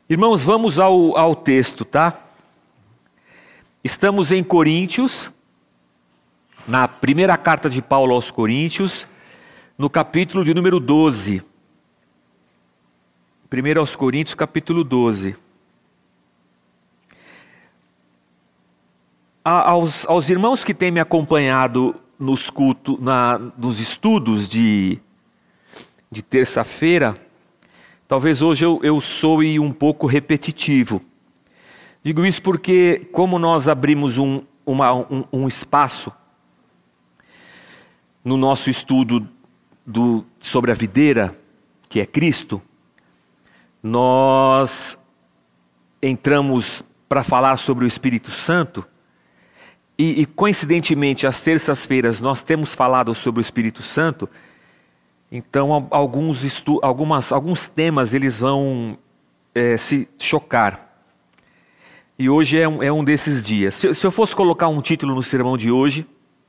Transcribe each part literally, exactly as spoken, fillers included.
Irmãos, vamos ao, ao texto, tá? Estamos em Coríntios, na primeira carta de Paulo aos Coríntios, no capítulo de número doze. Primeiro aos Coríntios, capítulo doze. A, aos, aos irmãos que têm me acompanhado nos cultos, na, nos estudos de, de terça-feira, talvez hoje eu, eu soe um pouco repetitivo. Digo isso porque, como nós abrimos um, uma, um, um espaço no nosso estudo do, sobre a videira, que é Cristo, nós entramos para falar sobre o Espírito Santo, e, e coincidentemente, às terças-feiras nós temos falado sobre o Espírito Santo. Então, alguns, estu- algumas, alguns temas eles vão é, se chocar. E hoje é um, é um desses dias. Se, se eu fosse colocar um título no sermão de hoje,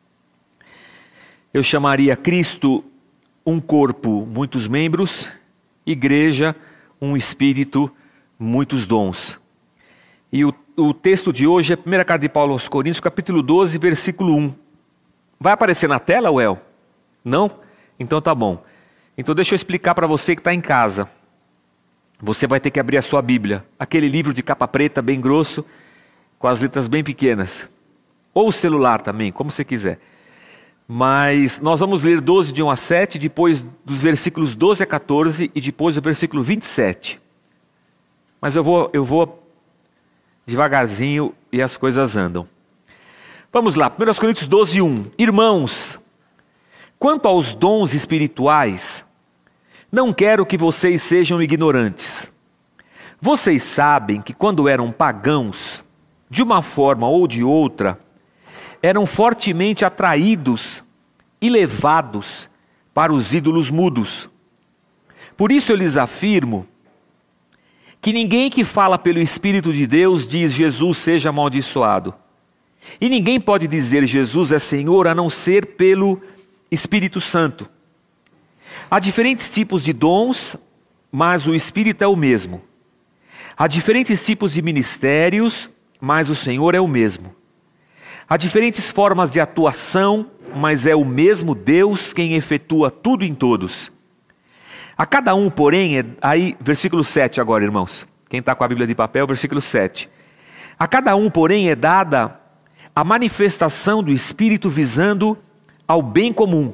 eu chamaria Cristo, um corpo, muitos membros, Igreja, um espírito, muitos dons. E o, o texto de hoje é a primeira carta de Paulo aos Coríntios, capítulo doze, versículo um. Vai aparecer na tela, Well? Não? Então tá bom. Então deixa eu explicar para você que está em casa. Você vai ter que abrir a sua Bíblia. Aquele livro de capa preta, bem grosso, com as letras bem pequenas. Ou o celular também, como você quiser. Mas nós vamos ler doze de um a sete, depois dos versículos doze a quatorze e depois do versículo vinte e sete. Mas eu vou, eu vou devagarzinho e as coisas andam. Vamos lá, primeiro Coríntios doze, um. Irmãos, quanto aos dons espirituais, não quero que vocês sejam ignorantes. Vocês sabem que quando eram pagãos, de uma forma ou de outra, eram fortemente atraídos e levados para os ídolos mudos. Por isso eu lhes afirmo que ninguém que fala pelo Espírito de Deus diz Jesus seja amaldiçoado. E ninguém pode dizer Jesus é Senhor a não ser pelo Espírito Santo. Há diferentes tipos de dons, mas o Espírito é o mesmo. Há diferentes tipos de ministérios, mas o Senhor é o mesmo. Há diferentes formas de atuação, mas é o mesmo Deus quem efetua tudo em todos. A cada um, porém, é... aí, versículo sete agora, irmãos. Quem está com a Bíblia de papel, versículo sete. A cada um, porém, é dada a manifestação do Espírito visando ao bem comum.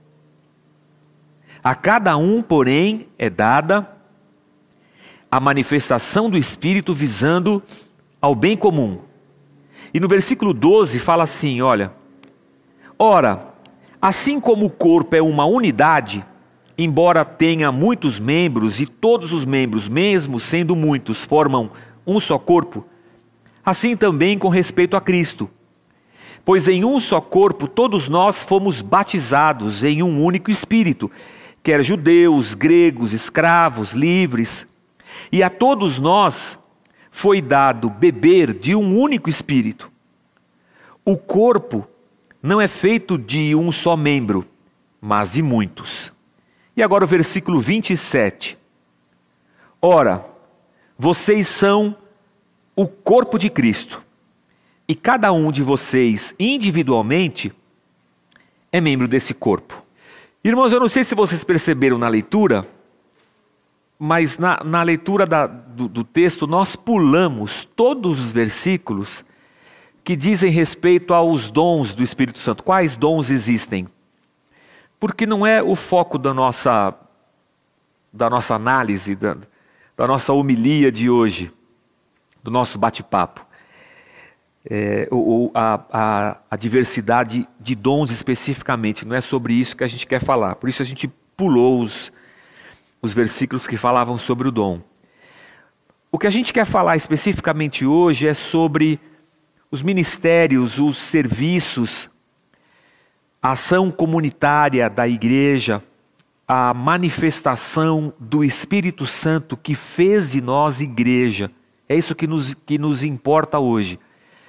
A cada um, porém, é dada a manifestação do Espírito visando ao bem comum. E no versículo doze fala assim, olha, ora, assim como o corpo é uma unidade, embora tenha muitos membros e todos os membros, mesmo sendo muitos, formam um só corpo, assim também com respeito a Cristo. Pois em um só corpo todos nós fomos batizados em um único Espírito, quer judeus, gregos, escravos, livres, e a todos nós foi dado beber de um único Espírito. O corpo não é feito de um só membro, mas de muitos. E agora o versículo vinte e sete. Ora, vocês são o corpo de Cristo, e cada um de vocês individualmente é membro desse corpo. Irmãos, eu não sei se vocês perceberam na leitura, mas na, na leitura da, do, do texto nós pulamos todos os versículos que dizem respeito aos dons do Espírito Santo. Quais dons existem? Porque não é o foco da nossa, da nossa análise, da, da nossa homilia de hoje, do nosso bate-papo. É, ou, a, a, a diversidade de dons especificamente, não é sobre isso que a gente quer falar. Por isso a gente pulou os, os versículos que falavam sobre o dom. O que a gente quer falar especificamente hoje é sobre os ministérios, os serviços, a ação comunitária da igreja, a manifestação do Espírito Santo que fez de nós igreja. É isso que nos, que nos importa hoje.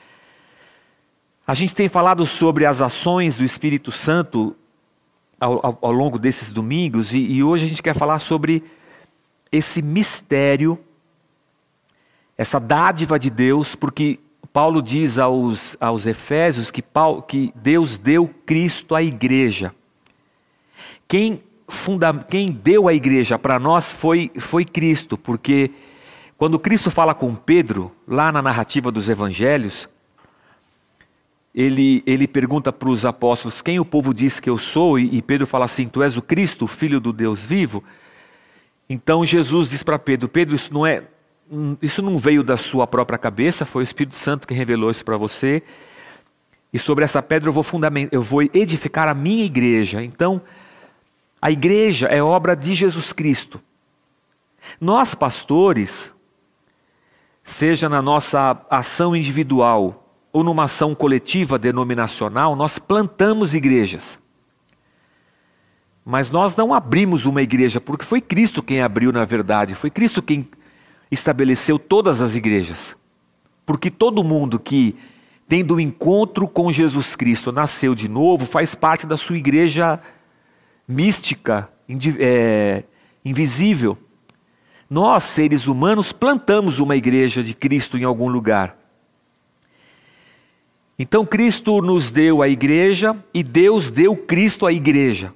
A gente tem falado sobre as ações do Espírito Santo ao, ao, ao longo desses domingos, e, e hoje a gente quer falar sobre esse mistério essa dádiva de Deus, porque Paulo diz aos, aos Efésios que, Paulo, que Deus deu Cristo à igreja. Quem, funda, quem deu a igreja para nós foi, foi Cristo, porque quando Cristo fala com Pedro, lá na narrativa dos evangelhos, ele, ele pergunta para os apóstolos, quem o povo diz que eu sou? E, e Pedro fala assim, tu és o Cristo, o Filho do Deus vivo? Então Jesus diz para Pedro, Pedro, isso não, é, isso não veio da sua própria cabeça, foi o Espírito Santo que revelou isso para você. E sobre essa pedra eu vou, fundament... eu vou edificar a minha igreja. Então, a igreja é obra de Jesus Cristo. Nós, pastores, seja na nossa ação individual ou numa ação coletiva denominacional, nós plantamos igrejas. Mas nós não abrimos uma igreja, porque foi Cristo quem abriu na verdade, foi Cristo quem estabeleceu todas as igrejas. Porque todo mundo que, tendo um encontro com Jesus Cristo, nasceu de novo, faz parte da sua igreja mística, é, invisível. Nós, seres humanos, plantamos uma igreja de Cristo em algum lugar. Então Cristo nos deu a igreja e Deus deu Cristo à igreja.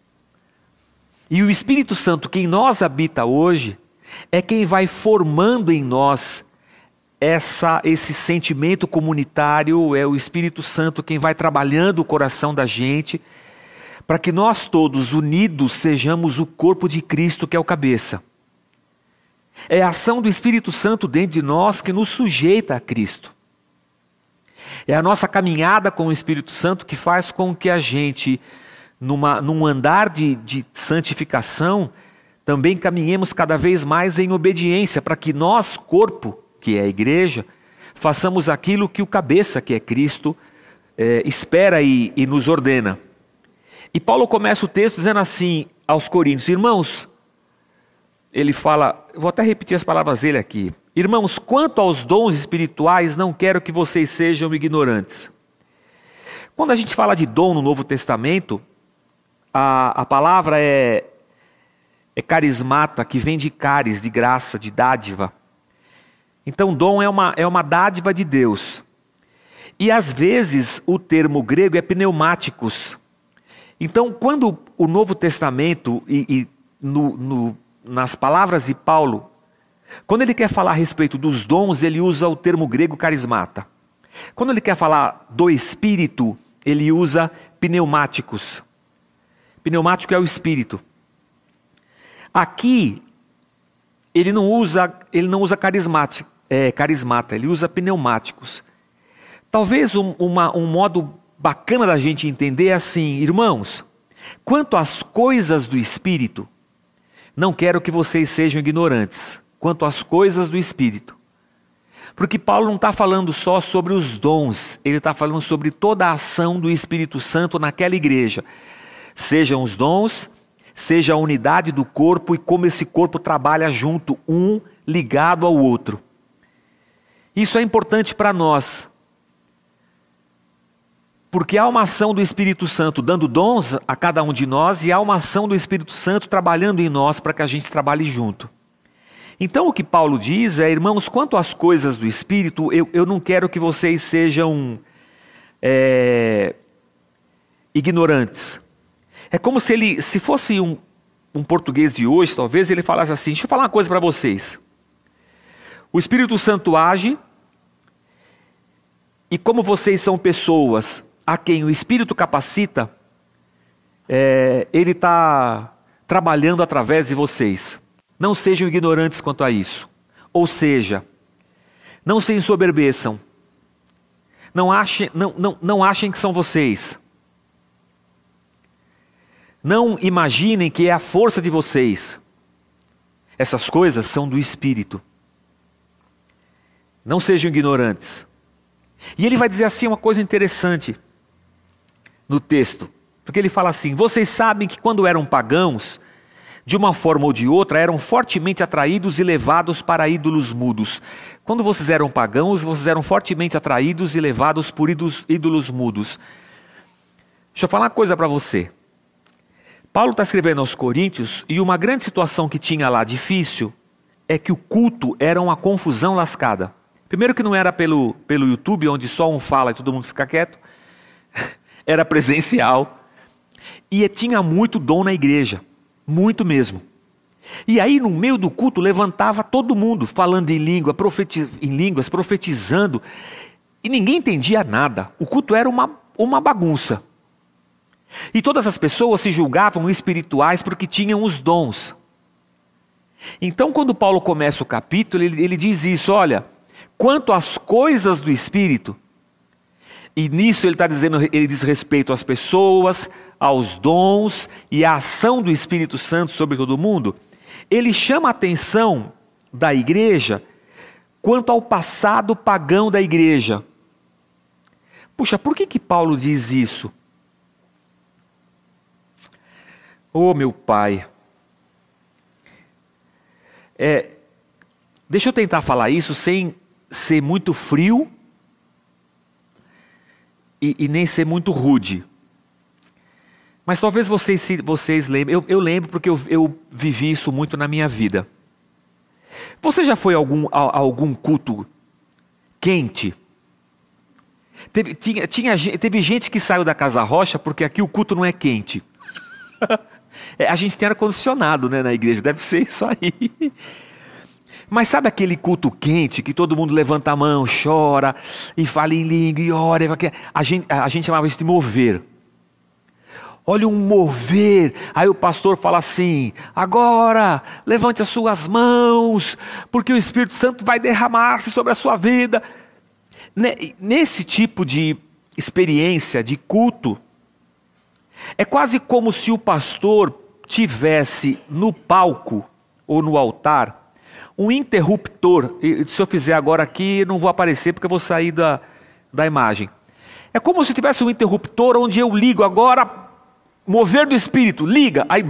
E o Espírito Santo que em nós habita hoje é quem vai formando em nós essa, esse sentimento comunitário, é o Espírito Santo quem vai trabalhando o coração da gente, para que nós todos unidos sejamos o corpo de Cristo que é o cabeça. É a ação do Espírito Santo dentro de nós que nos sujeita a Cristo. É a nossa caminhada com o Espírito Santo que faz com que a gente, numa, num andar de, de santificação, também caminhemos cada vez mais em obediência, para que nós, corpo, que é a igreja, façamos aquilo que o cabeça, que é Cristo, é, espera e, e nos ordena. E Paulo começa o texto dizendo assim aos Coríntios, irmãos, ele fala, vou até repetir as palavras dele aqui, irmãos, quanto aos dons espirituais, não quero que vocês sejam ignorantes. Quando a gente fala de dom no Novo Testamento, a, a palavra é, é carismata, que vem de caris, de graça, de dádiva. Então dom é uma, é uma dádiva de Deus. E às vezes o termo grego é pneumáticos. Então quando o Novo Testamento, e, e no, no, nas palavras de Paulo, quando ele quer falar a respeito dos dons, ele usa o termo grego carismata. Quando ele quer falar do Espírito, ele usa pneumáticos. Pneumático é o Espírito. Aqui, ele não usa, ele não usa carismático, é, carismata, ele usa pneumáticos. Talvez um, uma, um modo bacana da gente entender é assim, irmãos, quanto às coisas do Espírito, não quero que vocês sejam ignorantes. Quanto às coisas do Espírito. Porque Paulo não está falando só sobre os dons, ele está falando sobre toda a ação do Espírito Santo naquela igreja. Sejam os dons, seja a unidade do corpo e como esse corpo trabalha junto, um ligado ao outro. Isso é importante para nós. Porque há uma ação do Espírito Santo dando dons a cada um de nós e há uma ação do Espírito Santo trabalhando em nós para que a gente trabalhe junto. Então o que Paulo diz é, irmãos, quanto às coisas do Espírito, eu, eu não quero que vocês sejam é, ignorantes. É como se ele, se fosse um, um português de hoje, talvez ele falasse assim, deixa eu falar uma coisa para vocês. O Espírito Santo age, e como vocês são pessoas a quem o Espírito capacita, é, ele está trabalhando através de vocês. Não sejam ignorantes quanto a isso. Ou seja, não se ensoberbeçam. Não achem, não, não, não achem que são vocês. Não imaginem que é a força de vocês. Essas coisas são do Espírito. Não sejam ignorantes. E ele vai dizer assim uma coisa interessante no texto. Porque ele fala assim, vocês sabem que quando eram pagãos, de uma forma ou de outra, eram fortemente atraídos e levados para ídolos mudos. Quando vocês eram pagãos, vocês eram fortemente atraídos e levados por ídolos, ídolos mudos. Deixa eu falar uma coisa para você. Paulo está escrevendo aos Coríntios, e uma grande situação que tinha lá, difícil, é que o culto era uma confusão lascada. Primeiro que não era pelo, pelo YouTube, onde só um fala e todo mundo fica quieto. Era presencial. E tinha muito dom na igreja. Muito mesmo. E aí no meio do culto levantava todo mundo falando em, língua, profetiz, em línguas, profetizando. E ninguém entendia nada. O culto era uma, uma bagunça. E todas as pessoas se julgavam espirituais porque tinham os dons. Então quando Paulo começa o capítulo, ele, ele diz isso, olha, quanto às coisas do Espírito, e nisso ele está dizendo, ele diz respeito às pessoas, aos dons e à ação do Espírito Santo sobre todo mundo, ele chama a atenção da igreja quanto ao passado pagão da igreja. Puxa, por que que Paulo diz isso? Oh, meu pai. É, deixa eu tentar falar isso sem ser muito frio e, e nem ser muito rude. Mas talvez vocês, vocês lembrem, eu, eu lembro porque eu, eu vivi isso muito na minha vida. Você já foi a algum, a, a algum culto quente? Teve, tinha, tinha, teve gente que saiu da Casa Rocha porque aqui o culto não é quente. É, a gente tem ar-condicionado, né, na igreja, deve ser isso aí. Mas sabe aquele culto quente que todo mundo levanta a mão, chora e fala em língua e ora? A gente, a gente chamava isso de mover. Olha um mover. Aí o pastor fala assim, agora levante as suas mãos, porque o Espírito Santo vai derramar-se sobre a sua vida. Nesse tipo de experiência, de culto, é quase como se o pastor tivesse no palco ou no altar um interruptor. E se eu fizer agora aqui, não vou aparecer porque eu vou sair da, da imagem. É como se tivesse um interruptor onde eu ligo agora, mover do Espírito, liga, aí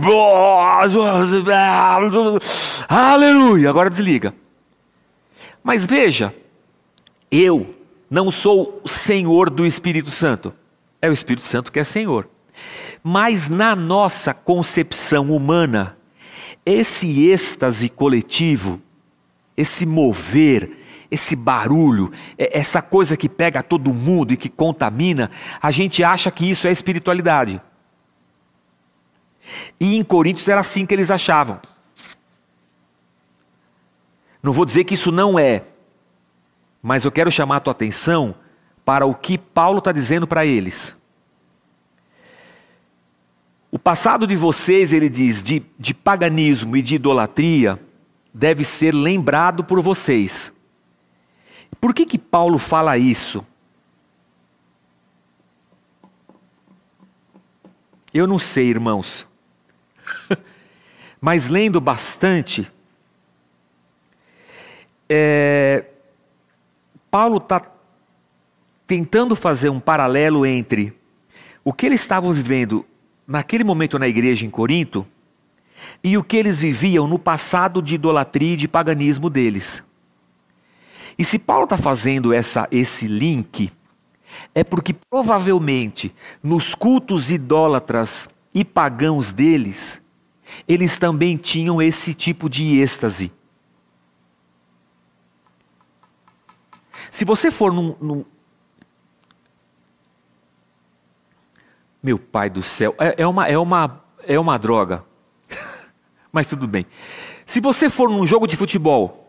aleluia, agora desliga. Mas veja, eu não sou o Senhor do Espírito Santo, é o Espírito Santo que é Senhor. Mas na nossa concepção humana, esse êxtase coletivo, esse mover, esse barulho, essa coisa que pega todo mundo e que contamina, a gente acha que isso é espiritualidade. E em Coríntios era assim que eles achavam. Não vou dizer que isso não é, mas eu quero chamar a tua atenção para o que Paulo está dizendo para eles. O passado de vocês, ele diz, de, de paganismo e de idolatria, deve ser lembrado por vocês. Por que que Paulo fala isso? Eu não sei, irmãos. Mas lendo bastante, é, Paulo está tentando fazer um paralelo entre o que eles estavam vivendo naquele momento na igreja em Corinto e o que eles viviam no passado de idolatria e de paganismo deles. E se Paulo está fazendo essa, esse link, é porque provavelmente nos cultos idólatras e pagãos deles, eles também tinham esse tipo de êxtase. Se você for num, num... Meu pai do céu, é, é, uma, é, uma, é uma droga. Mas tudo bem. Se você for num jogo de futebol,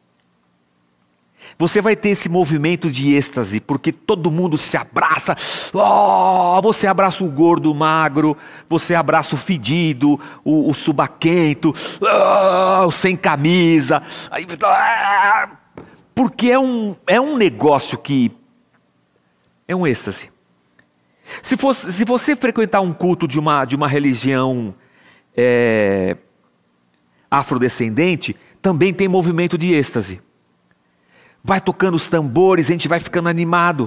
você vai ter esse movimento de êxtase, porque todo mundo se abraça. Oh, você abraça o gordo, o magro, você abraça o fedido, o, o subaquento, oh, o sem camisa. Porque é um, é um negócio que é um êxtase. Se, fosse, se você frequentar um culto de uma, de uma religião é, afrodescendente, também tem movimento de êxtase. Vai tocando os tambores, a gente vai ficando animado.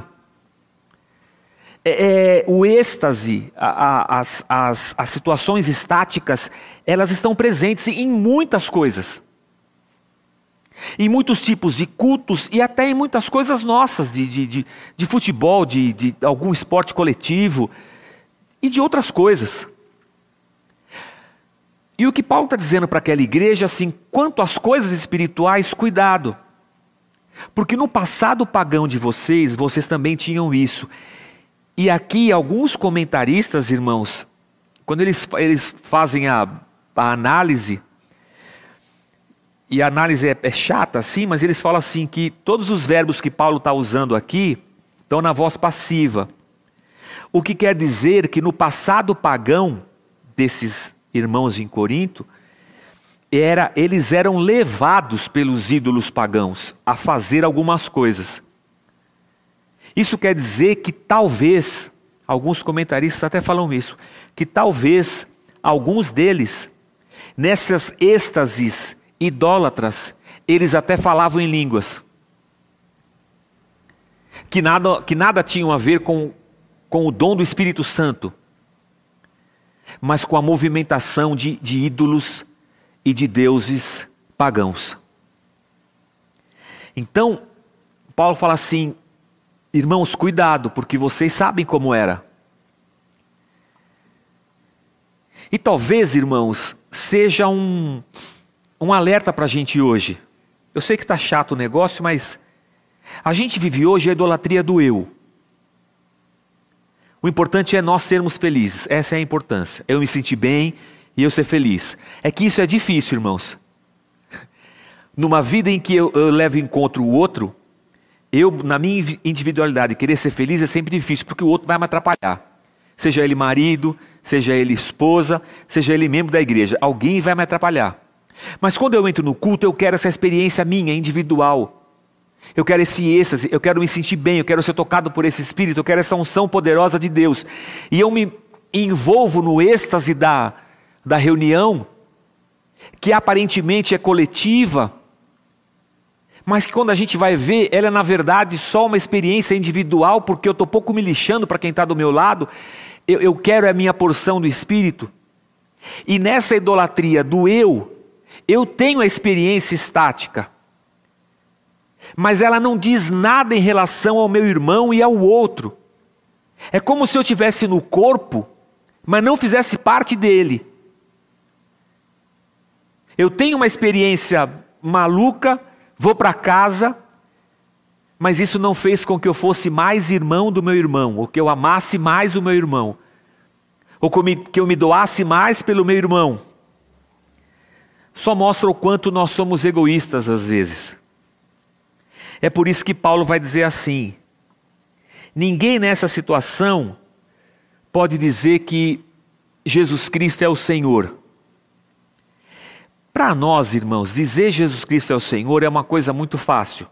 É, é, o êxtase, a, a, as, as, as situações estáticas, elas estão presentes em muitas coisas. Em muitos tipos de cultos e até em muitas coisas nossas, de, de, de, de futebol, de, de algum esporte coletivo e de outras coisas. E o que Paulo está dizendo para aquela igreja, assim, quanto às coisas espirituais, cuidado. Porque no passado pagão de vocês, vocês também tinham isso. E aqui alguns comentaristas, irmãos, quando eles, eles fazem a, a análise, e a análise é, é chata assim, mas eles falam assim que todos os verbos que Paulo está usando aqui estão na voz passiva. O que quer dizer que no passado pagão desses irmãos em Corinto, era, eles eram levados pelos ídolos pagãos a fazer algumas coisas. Isso quer dizer que talvez, alguns comentaristas até falam isso, que talvez alguns deles, nessas êxtases idólatras, eles até falavam em línguas. Que nada, que nada tinham a ver com, com o dom do Espírito Santo, mas com a movimentação de, de ídolos e de deuses pagãos. Então, Paulo fala assim, irmãos, cuidado, porque vocês sabem como era. E talvez, irmãos, seja um, um alerta para a gente hoje. Eu sei que está chato o negócio, mas a gente vive hoje a idolatria do eu. O importante é nós sermos felizes, essa é a importância. Eu me sentir bem e eu ser feliz. É que isso é difícil, irmãos. Numa vida em que eu, eu levo em conta o outro, eu, na minha individualidade, querer ser feliz é sempre difícil, porque o outro vai me atrapalhar. Seja ele marido, seja ele esposa, seja ele membro da igreja, alguém vai me atrapalhar. Mas quando eu entro no culto, eu quero essa experiência minha, individual. Eu quero esse êxtase, eu quero me sentir bem, eu quero ser tocado por esse Espírito, eu quero essa unção poderosa de Deus. E eu me envolvo no êxtase da, da reunião, que aparentemente é coletiva, mas que quando a gente vai ver, ela é na verdade só uma experiência individual, porque eu estou pouco me lixando para quem está do meu lado, eu, eu quero a minha porção do Espírito. E nessa idolatria do eu, eu tenho a experiência estática, mas ela não diz nada em relação ao meu irmão e ao outro. É como se eu estivesse no corpo, mas não fizesse parte dele. Eu tenho uma experiência maluca, vou para casa, mas isso não fez com que eu fosse mais irmão do meu irmão, ou que eu amasse mais o meu irmão, ou que eu me doasse mais pelo meu irmão. Só mostra o quanto nós somos egoístas às vezes. É por isso que Paulo vai dizer assim, ninguém nessa situação pode dizer que Jesus Cristo é o Senhor. Para nós, irmãos, dizer Jesus Cristo é o Senhor é uma coisa muito fácil.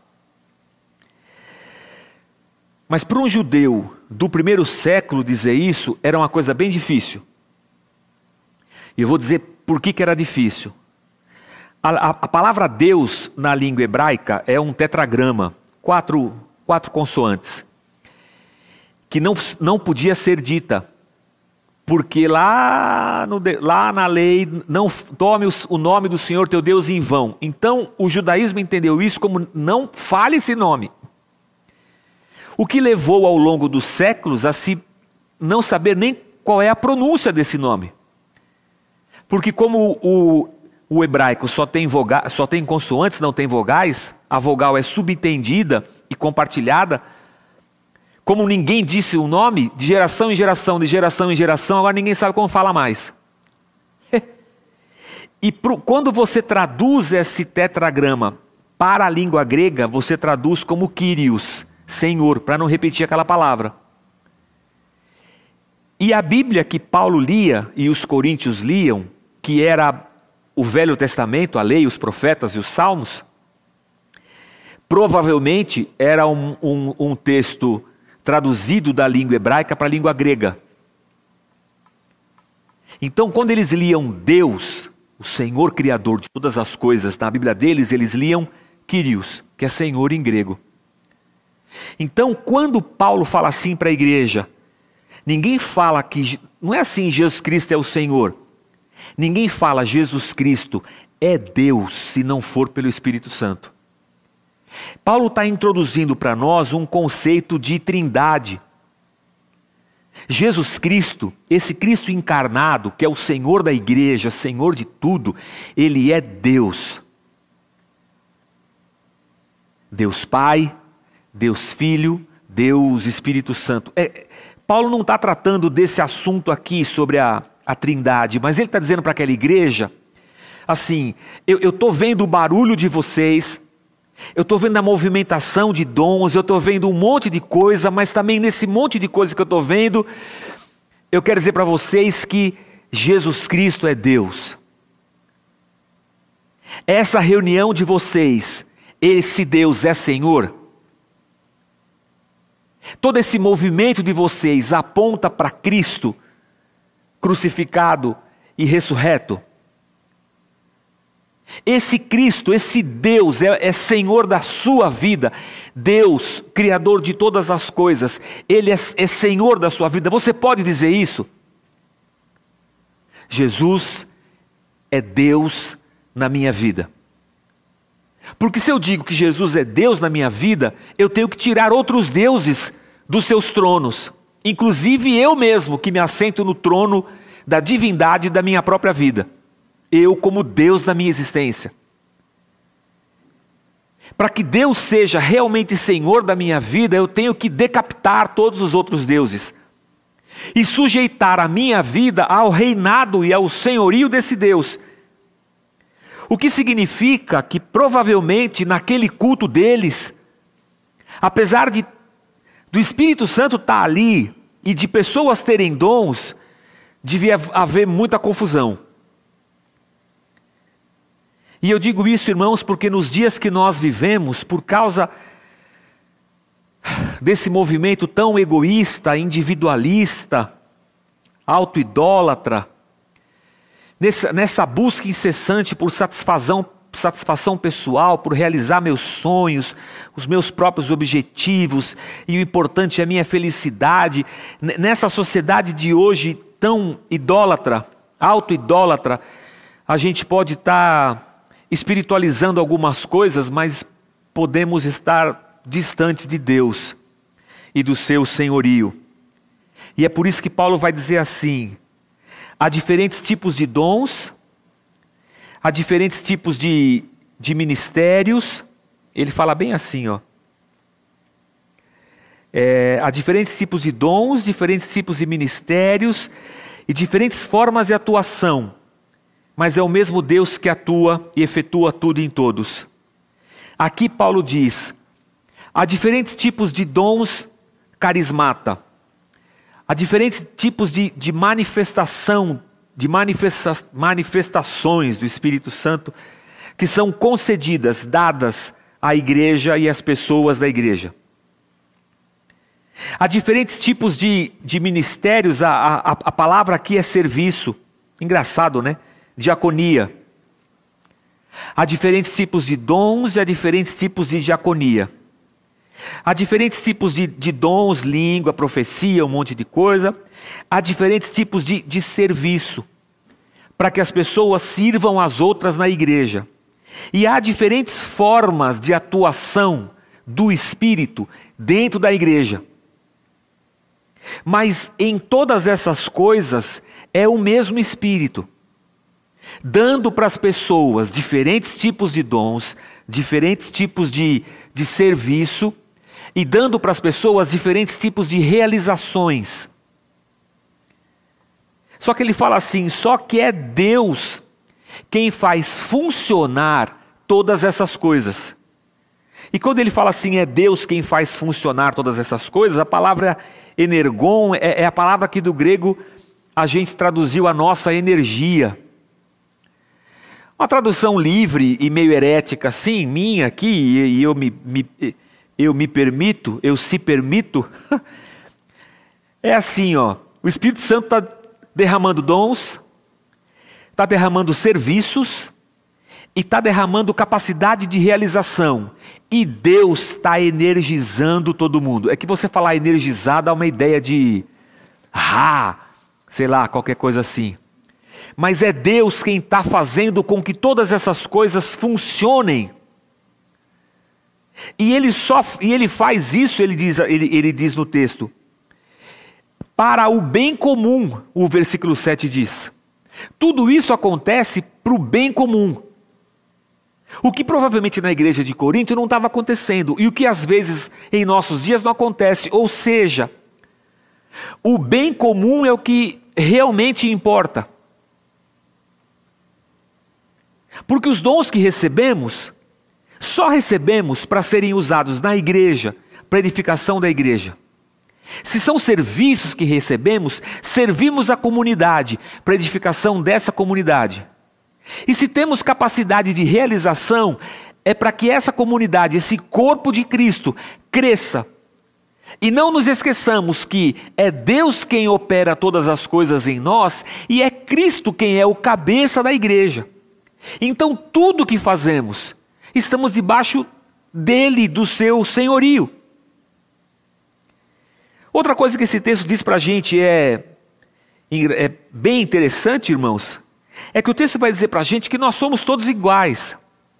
Mas para um judeu do primeiro século dizer isso era uma coisa bem difícil. E eu vou dizer por que que era difícil. A, a, a palavra Deus na língua hebraica é um tetragrama, quatro, quatro consoantes, que não, não podia ser dita, porque lá, no, lá na lei, não tome o, o nome do Senhor teu Deus em vão. Então o judaísmo entendeu isso como não fale esse nome. O que levou ao longo dos séculos a se não saber nem qual é a pronúncia desse nome. Porque como o, o hebraico só tem, voga, só tem consoantes, não tem vogais, a vogal é subentendida e compartilhada, como ninguém disse o nome, de geração em geração, de geração em geração, agora ninguém sabe como fala mais. E pro, quando você traduz esse tetragrama para a língua grega, você traduz como Kyrios, Senhor, para não repetir aquela palavra. E a Bíblia que Paulo lia e os coríntios liam, que era o Velho Testamento, a lei, os profetas e os salmos, provavelmente era um, um, um texto traduzido da língua hebraica para a língua grega. Então, quando eles liam Deus, o Senhor Criador de todas as coisas, na Bíblia deles, eles liam Kyrios, que é Senhor em grego. Então, quando Paulo fala assim para a igreja, ninguém fala que, não é assim, Jesus Cristo é o Senhor. Ninguém fala Jesus Cristo é Deus, se não for pelo Espírito Santo. Paulo está introduzindo para nós um conceito de trindade. Jesus Cristo, esse Cristo encarnado, que é o Senhor da igreja, Senhor de tudo, Ele é Deus. Deus Pai, Deus Filho, Deus Espírito Santo. É, Paulo não está tratando desse assunto aqui sobre a, a Trindade, mas ele está dizendo para aquela igreja, assim, eu estou vendo o barulho de vocês, eu estou vendo a movimentação de dons, eu estou vendo um monte de coisa, mas também nesse monte de coisa que eu estou vendo, eu quero dizer para vocês que Jesus Cristo é Deus. Essa reunião de vocês, esse Deus é Senhor. Todo esse movimento de vocês aponta para Cristo, crucificado e ressurreto. Esse Cristo, esse Deus é, é Senhor da sua vida. Deus, Criador de todas as coisas, Ele é, é Senhor da sua vida. Você pode dizer isso? Jesus é Deus na minha vida. Porque se eu digo que Jesus é Deus na minha vida, eu tenho que tirar outros deuses dos seus tronos. Inclusive eu mesmo, que me assento no trono da divindade da minha própria vida. Eu como Deus na minha existência. Para que Deus seja realmente Senhor da minha vida, eu tenho que decapitar todos os outros deuses. E sujeitar a minha vida ao reinado e ao senhorio desse Deus. O que significa que provavelmente naquele culto deles, apesar de do Espírito Santo estar ali e de pessoas terem dons, devia haver muita confusão. E eu digo isso, irmãos, porque nos dias que nós vivemos, por causa desse movimento tão egoísta, individualista, autoidólatra, nessa, nessa busca incessante por satisfação, satisfação pessoal, por realizar meus sonhos, os meus próprios objetivos, e o importante é a minha felicidade, nessa sociedade de hoje tão idólatra, autoidólatra, a gente pode estar espiritualizando algumas coisas, mas podemos estar distantes de Deus e do seu senhorio. E é por isso que Paulo vai dizer assim: há diferentes tipos de dons, há diferentes tipos de, de ministérios. Ele fala bem assim, ó. É, há diferentes tipos de dons, diferentes tipos de ministérios e diferentes formas de atuação. Mas é o mesmo Deus que atua e efetua tudo em todos. Aqui Paulo diz, há diferentes tipos de dons carismata, há diferentes tipos de, de manifestação, de manifesta, manifestações do Espírito Santo que são concedidas, dadas à igreja e às pessoas da igreja. Há diferentes tipos de, de ministérios, a, a, a palavra aqui é serviço, engraçado, né? Diaconia. Há diferentes tipos de dons e há diferentes tipos de diaconia. Há diferentes tipos de, de dons, língua, profecia, um monte de coisa. Há diferentes tipos de, de serviço, para que as pessoas sirvam as outras na igreja. E há diferentes formas de atuação do Espírito dentro da igreja. Mas em todas essas coisas é o mesmo Espírito, dando para as pessoas diferentes tipos de dons, diferentes tipos de, de serviço, e dando para as pessoas diferentes tipos de realizações. Só que ele fala assim, só que é Deus quem faz funcionar todas essas coisas. E quando ele fala assim, é Deus quem faz funcionar todas essas coisas, a palavra energon é, é a palavra que do grego a gente traduziu a nossa energia. Uma tradução livre e meio herética, sim, minha aqui, e, e eu, me, me, eu me permito, eu se permito. É assim, ó, o Espírito Santo está derramando dons, está derramando serviços, e está derramando capacidade de realização. E Deus está energizando todo mundo. É que você falar energizar dá uma ideia de, ah, sei lá, qualquer coisa assim. Mas é Deus quem está fazendo com que todas essas coisas funcionem. E Ele, só, e ele faz isso, ele diz, ele, ele diz no texto, para o bem comum, o versículo sete diz. Tudo isso acontece para o bem comum. O que provavelmente na igreja de Corinto não estava acontecendo, e o que às vezes em nossos dias não acontece. Ou seja, o bem comum é o que realmente importa. Porque os dons que recebemos, só recebemos para serem usados na igreja, para edificação da igreja. Se são serviços que recebemos, servimos a comunidade, para edificação dessa comunidade. E se temos capacidade de realização, é para que essa comunidade, esse corpo de Cristo, cresça. E não nos esqueçamos que é Deus quem opera todas as coisas em nós, e é Cristo quem é o cabeça da igreja. Então tudo que fazemos, estamos debaixo dele, do seu senhorio. Outra coisa que esse texto diz para a gente é, é bem interessante, irmãos, é que o texto vai dizer para a gente que nós somos todos iguais.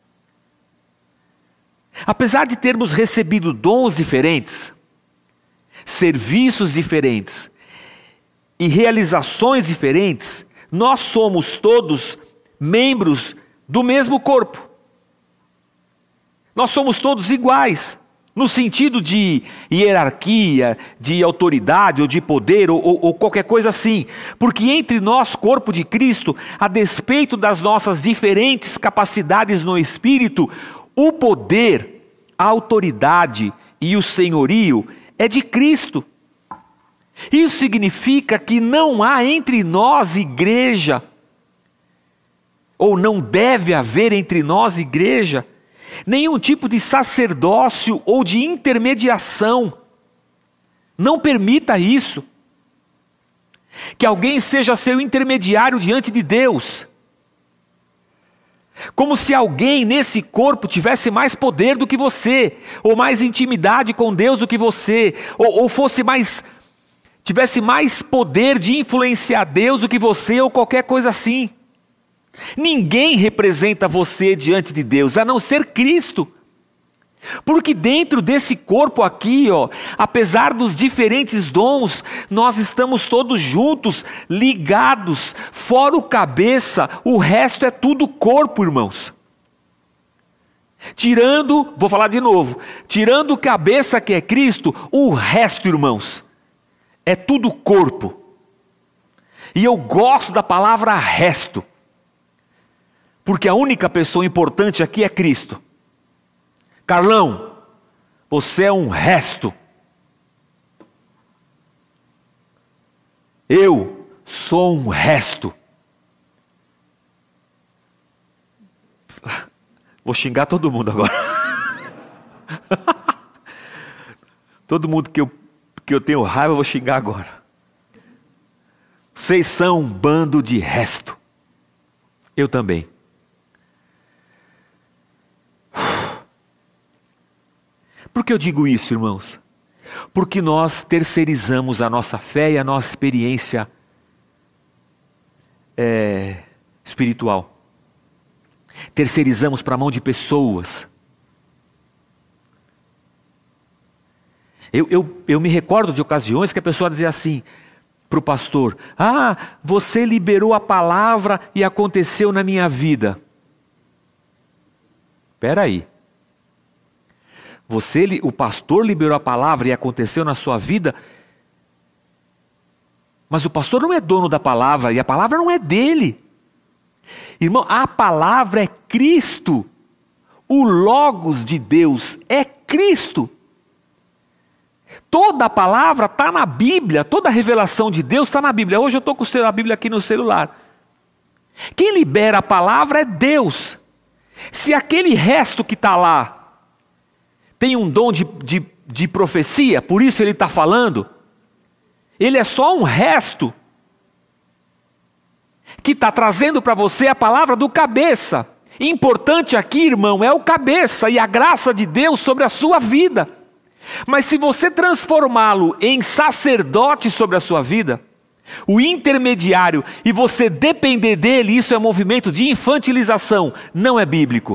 Apesar de termos recebido dons diferentes, serviços diferentes e realizações diferentes, nós somos todos membros do mesmo corpo. Nós somos todos iguais, no sentido de hierarquia, de autoridade ou de poder ou, ou, ou qualquer coisa assim. Porque entre nós, corpo de Cristo, a despeito das nossas diferentes capacidades no Espírito, o poder, a autoridade e o senhorio é de Cristo. Isso significa que não há entre nós igreja, ou não deve haver entre nós igreja, nenhum tipo de sacerdócio ou de intermediação. Não permita isso. Que alguém seja seu intermediário diante de Deus. Como se alguém nesse corpo tivesse mais poder do que você, ou mais intimidade com Deus do que você, ou, ou fosse mais, tivesse mais poder de influenciar Deus do que você, ou qualquer coisa assim. Ninguém representa você diante de Deus, a não ser Cristo. Porque dentro desse corpo aqui, ó, apesar dos diferentes dons, nós estamos todos juntos, ligados, fora o cabeça, o resto é tudo corpo, irmãos. Tirando, vou falar de novo, tirando o cabeça que é Cristo, o resto, irmãos, é tudo corpo. E eu gosto da palavra resto. Porque a única pessoa importante aqui é Cristo. Carlão, você é um resto. Eu sou um resto. Vou xingar todo mundo agora. Todo mundo que eu, que eu tenho raiva, eu vou xingar agora. Vocês são um bando de resto. Eu também. Por que eu digo isso, irmãos? Porque nós terceirizamos a nossa fé e a nossa experiência é, espiritual. Terceirizamos para a mão de pessoas. Eu, eu, eu me recordo de ocasiões que a pessoa dizia assim para o pastor: ah, você liberou a palavra e aconteceu na minha vida. Espera aí. Você, o pastor liberou a palavra e aconteceu na sua vida, mas o pastor não é dono da palavra e a palavra não é dele. Irmão, a palavra é Cristo. O Logos de Deus é Cristo. Toda a palavra está na Bíblia, toda a revelação de Deus está na Bíblia. Hoje eu estou com a Bíblia aqui no celular. Quem libera a palavra é Deus. Se aquele resto que está lá tem um dom de, de, de profecia, por isso ele está falando, ele é só um resto que está trazendo para você a palavra do cabeça. Importante aqui, irmão, é o cabeça e a graça de Deus sobre a sua vida. Mas se você transformá-lo em sacerdote sobre a sua vida, o intermediário, e você depender dele, isso é movimento de infantilização, não é bíblico.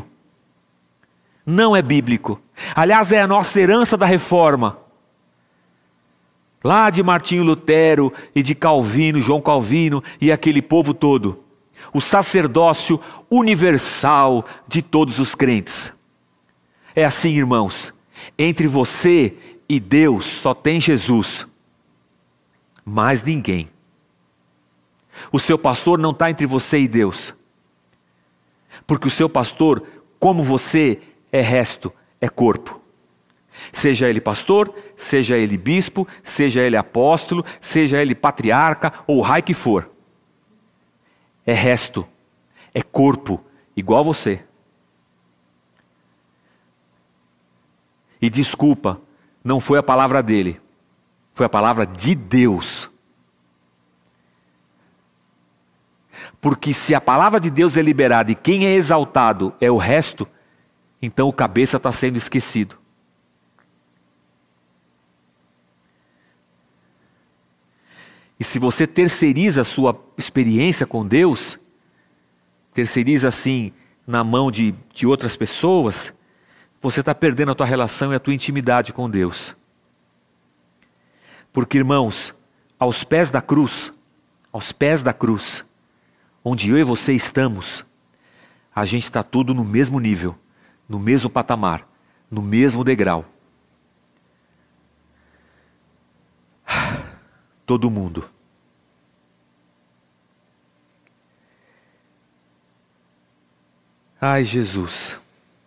Não é bíblico. Aliás, é a nossa herança da reforma. lá de Martinho Lutero e de Calvino, João Calvino e aquele povo todo. O sacerdócio universal de todos os crentes. É assim, irmãos, entre você e Deus só tem Jesus, mais ninguém. O seu pastor não está entre você e Deus, porque o seu pastor, como você, é resto, é corpo. Seja ele pastor, seja ele bispo, seja ele apóstolo, seja ele patriarca ou raio que for. É resto, é corpo, igual você. E desculpa, não foi a palavra dele, foi a palavra de Deus. Porque se a palavra de Deus é liberada e quem é exaltado é o resto, então o cabeça está sendo esquecido. E se você terceiriza a sua experiência com Deus, terceiriza assim na mão de, de outras pessoas, você está perdendo a tua relação e a tua intimidade com Deus. Porque, irmãos, aos pés da cruz, aos pés da cruz, onde eu e você estamos, a gente está tudo no mesmo nível, no mesmo patamar, no mesmo degrau. Todo mundo. Ai, Jesus.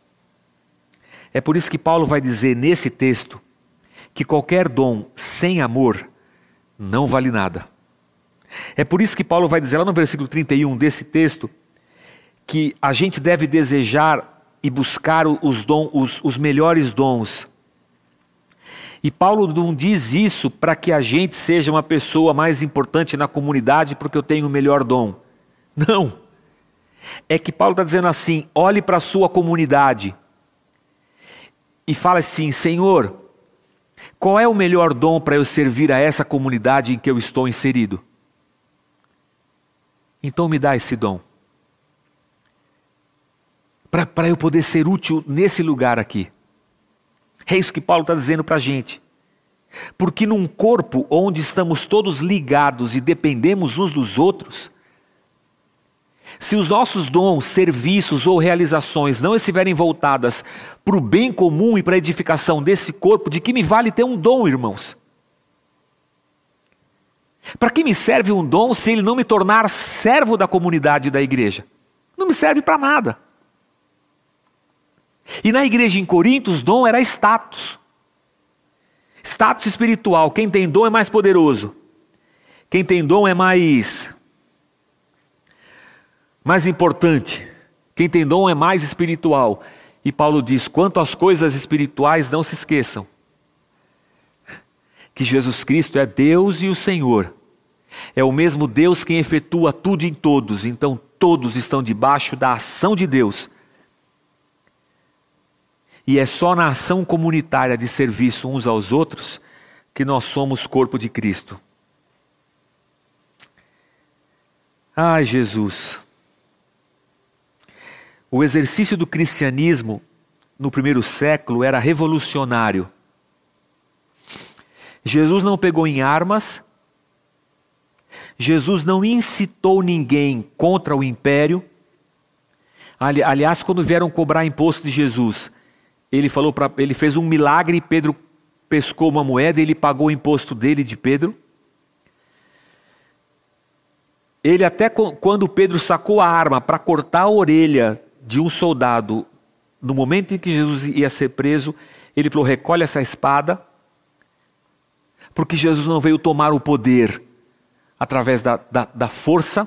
É por isso que Paulo vai dizer nesse texto que qualquer dom sem amor não vale nada. É por isso que Paulo vai dizer lá no versículo trinta e um desse texto que a gente deve desejar e buscar os, dom, os, os melhores dons. E Paulo não diz isso para que a gente seja uma pessoa mais importante na comunidade porque eu tenho o melhor dom. Não. É que Paulo está dizendo assim, olhe para a sua comunidade e fala assim, Senhor, qual é o melhor dom para eu servir a essa comunidade em que eu estou inserido? Então me dá esse dom. Para eu poder ser útil nesse lugar aqui. É isso que Paulo está dizendo para a gente. Porque num corpo onde estamos todos ligados e dependemos uns dos outros, se os nossos dons, serviços ou realizações não estiverem voltadas para o bem comum e para a edificação desse corpo, de que me vale ter um dom, irmãos? Para que me serve um dom se ele não me tornar servo da comunidade da igreja? Não me serve para nada. E na igreja em Corinto, os dom era status. Status espiritual. Quem tem dom é mais poderoso. Quem tem dom é mais, mais importante. Quem tem dom é mais espiritual. E Paulo diz, quanto às coisas espirituais, não se esqueçam que Jesus Cristo é Deus e o Senhor. É o mesmo Deus quem efetua tudo em todos. Então todos estão debaixo da ação de Deus. E é só na ação comunitária de serviço uns aos outros que nós somos corpo de Cristo. Ai, Jesus. O exercício do cristianismo no primeiro século era revolucionário. Jesus não pegou em armas, Jesus não incitou ninguém contra o império. Ali, aliás, quando vieram cobrar imposto de Jesus, ele falou para, ele fez um milagre e Pedro pescou uma moeda e ele pagou o imposto dele de Pedro. Ele até quando Pedro sacou a arma para cortar a orelha de um soldado, no momento em que Jesus ia ser preso, ele falou, recolhe essa espada, porque Jesus não veio tomar o poder através da, da, da força,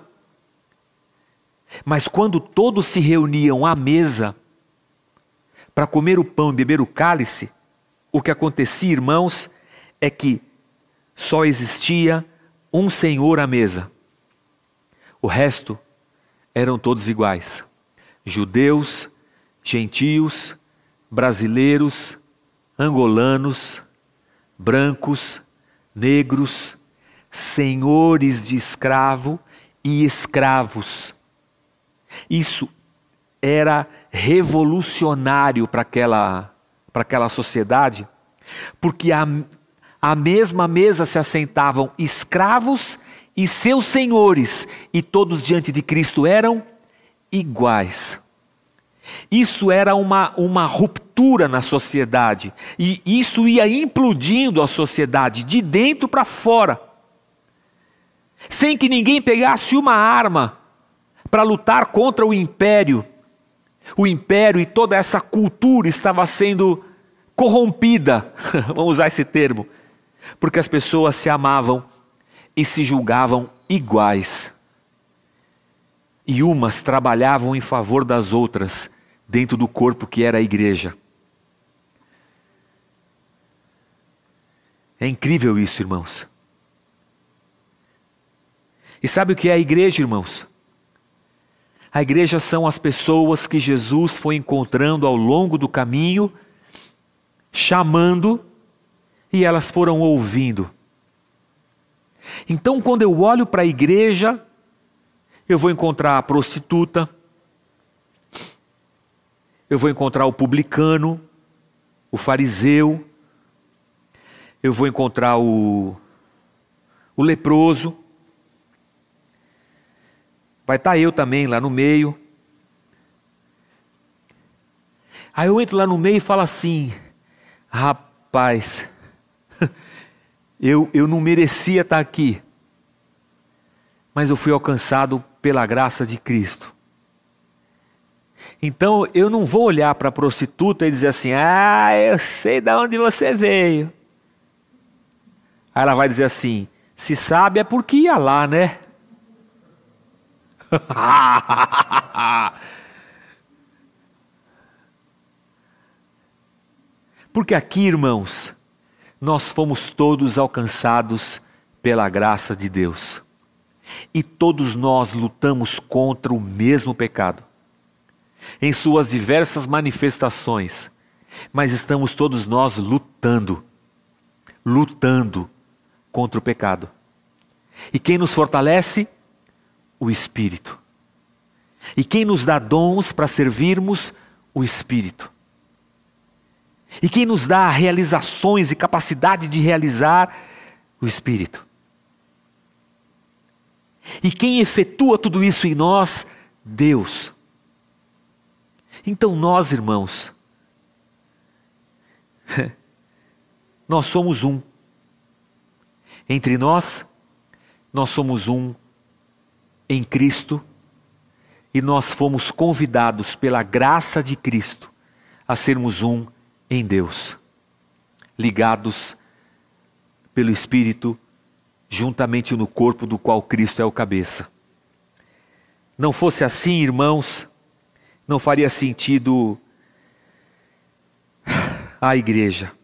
mas quando todos se reuniam à mesa para comer o pão e beber o cálice, o que acontecia, irmãos, é que só existia um Senhor à mesa. O resto eram todos iguais. Judeus, gentios, brasileiros, angolanos, brancos, negros, senhores de escravo e escravos. Isso era revolucionário para aquela, para aquela sociedade, porque a, À mesma mesa se assentavam escravos e seus senhores, e todos diante de Cristo eram iguais. Isso era uma, uma ruptura na sociedade, e isso ia implodindo a sociedade de dentro para fora, sem que ninguém pegasse uma arma para lutar contra o império. O império e toda essa cultura estava sendo corrompida, vamos usar esse termo, porque as pessoas se amavam e se julgavam iguais. E umas trabalhavam em favor das outras, dentro do corpo que era a igreja. É incrível isso, irmãos. E sabe o que é a igreja, irmãos? A igreja são as pessoas que Jesus foi encontrando ao longo do caminho, chamando, e elas foram ouvindo. Então, quando eu olho para a igreja, eu vou encontrar a prostituta, eu vou encontrar o publicano, o fariseu, eu vou encontrar o, o leproso, vai estar eu também lá no meio. Aí eu entro lá no meio e falo assim, rapaz, eu, eu não merecia estar aqui, mas eu fui alcançado pela graça de Cristo. Então eu não vou olhar para a prostituta e dizer assim, ah, eu sei de onde você veio. Aí ela vai dizer assim, se sabe é porque ia lá, né? Porque aqui, irmãos, nós fomos todos alcançados pela graça de Deus. E todos nós lutamos contra o mesmo pecado, em suas diversas manifestações, mas estamos todos nós lutando, lutando contra o pecado. E quem nos fortalece? O Espírito. E quem nos dá dons para servirmos? O Espírito. E quem nos dá realizações e capacidade de realizar? O Espírito. E quem efetua tudo isso em nós? Deus. Então nós, irmãos, nós somos um. Entre nós, nós somos um em Cristo, e nós fomos convidados pela graça de Cristo a sermos um em Deus, ligados pelo Espírito, juntamente no corpo do qual Cristo é o cabeça. Não fosse assim, irmãos, não faria sentido a igreja.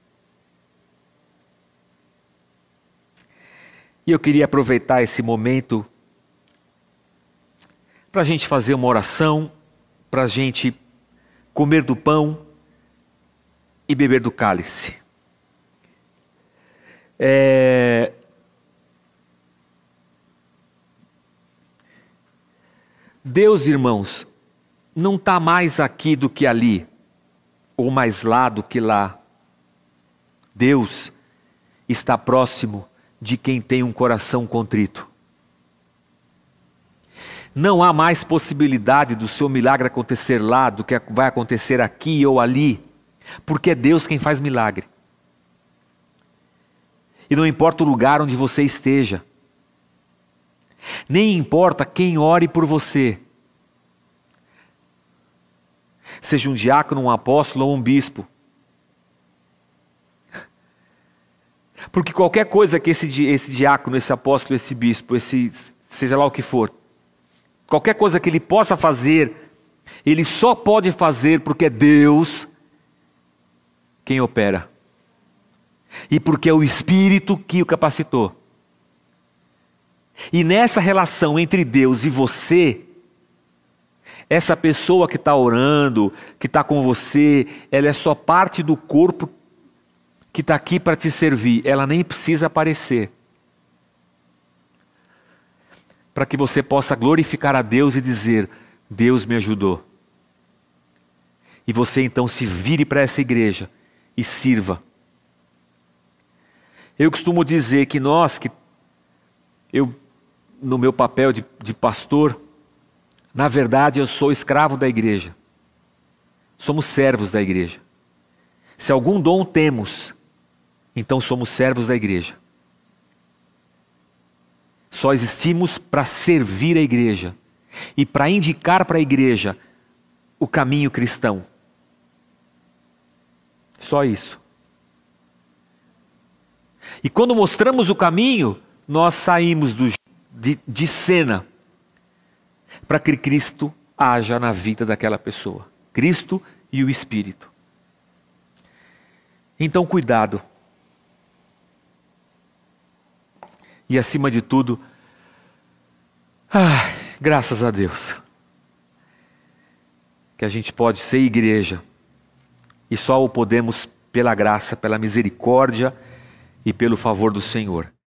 E eu queria aproveitar esse momento para a gente fazer uma oração, para a gente comer do pão e beber do cálice. É... Deus, irmãos, não está mais aqui do que ali, ou mais lá do que lá. Deus está próximo de quem tem um coração contrito. Não há mais possibilidade do seu milagre acontecer lá do que vai acontecer aqui ou ali, porque é Deus quem faz milagre. E não importa o lugar onde você esteja, nem importa quem ore por você, seja um diácono, um apóstolo ou um bispo, porque qualquer coisa que esse, esse diácono, esse apóstolo, esse bispo, esse, seja lá o que for, qualquer coisa que ele possa fazer, ele só pode fazer porque é Deus quem opera. E porque é o Espírito que o capacitou. E nessa relação entre Deus e você, essa pessoa que está orando, que está com você, ela é só parte do corpo que está aqui para te servir. Ela nem precisa aparecer. Para que você possa glorificar a Deus e dizer, Deus me ajudou. E você então se vire para essa igreja e sirva. Eu costumo dizer que nós, que eu, no meu papel de, de pastor, na verdade eu sou escravo da igreja. Somos servos da igreja. Se algum dom temos, então somos servos da igreja. Só existimos para servir a igreja e para indicar para a igreja o caminho cristão. Só isso. E quando mostramos o caminho, nós saímos do, de, de cena para que Cristo haja na vida daquela pessoa. Cristo e o Espírito. Então, cuidado. E acima de tudo, ah, graças a Deus, que a gente pode ser igreja e só o podemos pela graça, pela misericórdia e pelo favor do Senhor.